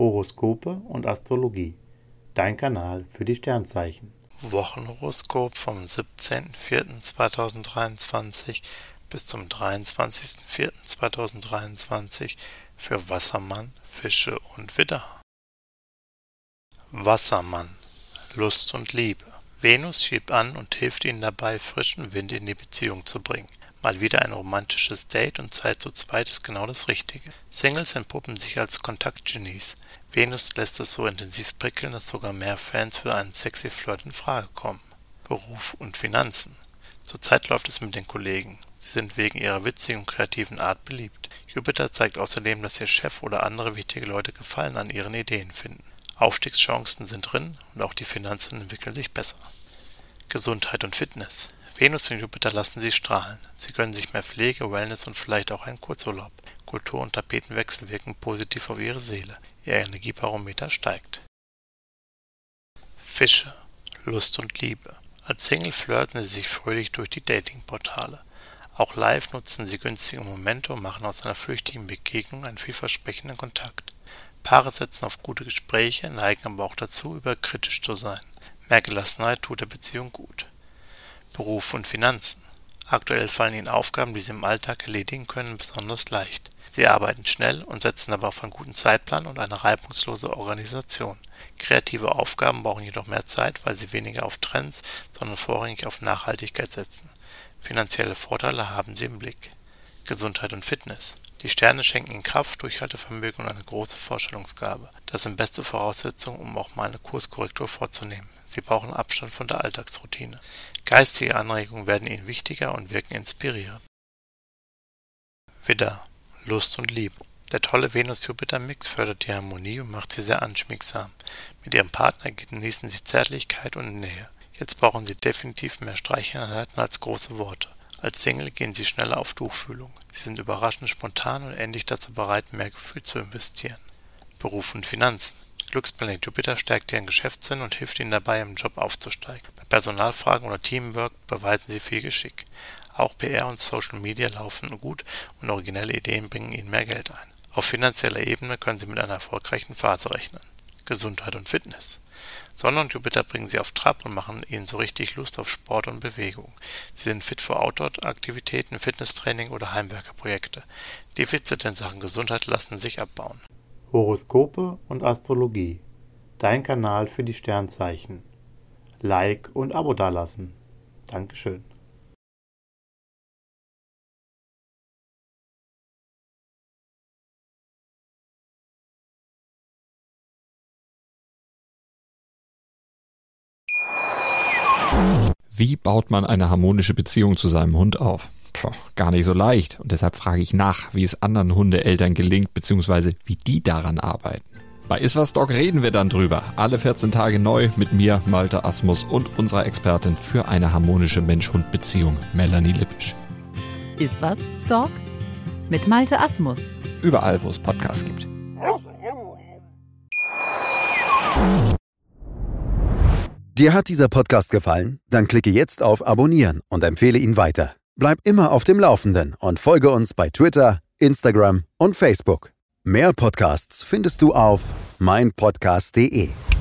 Horoskope und Astrologie. Dein Kanal für die Sternzeichen. Wochenhoroskop vom 17.04.2023 bis zum 23.04.2023 für Wassermann, Fische und Widder. Wassermann, Lust und Liebe. Venus schiebt an und hilft Ihnen dabei, frischen Wind in die Beziehung zu bringen. Mal wieder ein romantisches Date und Zeit zu zweit ist genau das Richtige. Singles entpuppen sich als Kontaktgenies. Venus lässt es so intensiv prickeln, dass sogar mehr Fans für einen sexy Flirt in Frage kommen. Beruf und Finanzen. Zurzeit läuft es mit den Kollegen. Sie sind wegen ihrer witzigen und kreativen Art beliebt. Jupiter zeigt außerdem, dass Ihr Chef oder andere wichtige Leute Gefallen an Ihren Ideen finden. Aufstiegschancen sind drin und auch die Finanzen entwickeln sich besser. Gesundheit und Fitness. Venus und Jupiter lassen Sie strahlen. Sie gönnen sich mehr Pflege, Wellness und vielleicht auch einen Kurzurlaub. Kultur- und Tapetenwechsel wirken positiv auf Ihre Seele. Ihr Energiebarometer steigt. Fische, Lust und Liebe. Als Single flirten Sie sich fröhlich durch die Datingportale. Auch live nutzen Sie günstige Momente und machen aus einer flüchtigen Begegnung einen vielversprechenden Kontakt. Paare setzen auf gute Gespräche, neigen aber auch dazu, überkritisch zu sein. Mehr Gelassenheit tut der Beziehung gut. Beruf und Finanzen. Aktuell fallen Ihnen Aufgaben, die Sie im Alltag erledigen können, besonders leicht. Sie arbeiten schnell und setzen aber auf einen guten Zeitplan und eine reibungslose Organisation. Kreative Aufgaben brauchen jedoch mehr Zeit, weil sie weniger auf Trends, sondern vorrangig auf Nachhaltigkeit setzen. Finanzielle Vorteile haben Sie im Blick. Gesundheit und Fitness. Die Sterne schenken Ihnen Kraft, Durchhaltevermögen und eine große Vorstellungsgabe. Das sind beste Voraussetzungen, um auch mal eine Kurskorrektur vorzunehmen. Sie brauchen Abstand von der Alltagsroutine. Geistige Anregungen werden Ihnen wichtiger und wirken inspirierend. Widder, Lust und Liebe. Der tolle Venus-Jupiter-Mix fördert die Harmonie und macht Sie sehr anschmiegsam. Mit Ihrem Partner genießen Sie Zärtlichkeit und Nähe. Jetzt brauchen Sie definitiv mehr Streicheleinheiten als große Worte. Als Single gehen Sie schneller auf Tuchfühlung. Sie sind überraschend spontan und endlich dazu bereit, mehr Gefühl zu investieren. Beruf und Finanzen. Glücksplanet Jupiter stärkt Ihren Geschäftssinn und hilft Ihnen dabei, im Job aufzusteigen. Bei Personalfragen oder Teamwork beweisen Sie viel Geschick. Auch PR und Social Media laufen gut und originelle Ideen bringen Ihnen mehr Geld ein. Auf finanzieller Ebene können Sie mit einer erfolgreichen Phase rechnen. Gesundheit und Fitness. Sonne und Jupiter bringen Sie auf Trab und machen Ihnen so richtig Lust auf Sport und Bewegung. Sie sind fit für Outdoor-Aktivitäten, Fitnesstraining oder Heimwerkerprojekte. Defizite in Sachen Gesundheit lassen sich abbauen. Horoskope und Astrologie. Dein Kanal für die Sternzeichen. Like und Abo dalassen. Dankeschön. Wie baut man eine harmonische Beziehung zu seinem Hund auf? Gar nicht so leicht. Und deshalb frage ich nach, wie es anderen Hundeeltern gelingt, beziehungsweise wie die daran arbeiten. Bei Iswas Dog reden wir dann drüber. Alle 14 Tage neu mit mir, Malte Asmus und unserer Expertin für eine harmonische Mensch-Hund-Beziehung, Melanie Lippisch. Iswas Dog mit Malte Asmus. Überall, wo es Podcasts gibt. Dir hat dieser Podcast gefallen? Dann klicke jetzt auf Abonnieren und empfehle ihn weiter. Bleib immer auf dem Laufenden und folge uns bei Twitter, Instagram und Facebook. Mehr Podcasts findest du auf meinpodcast.de.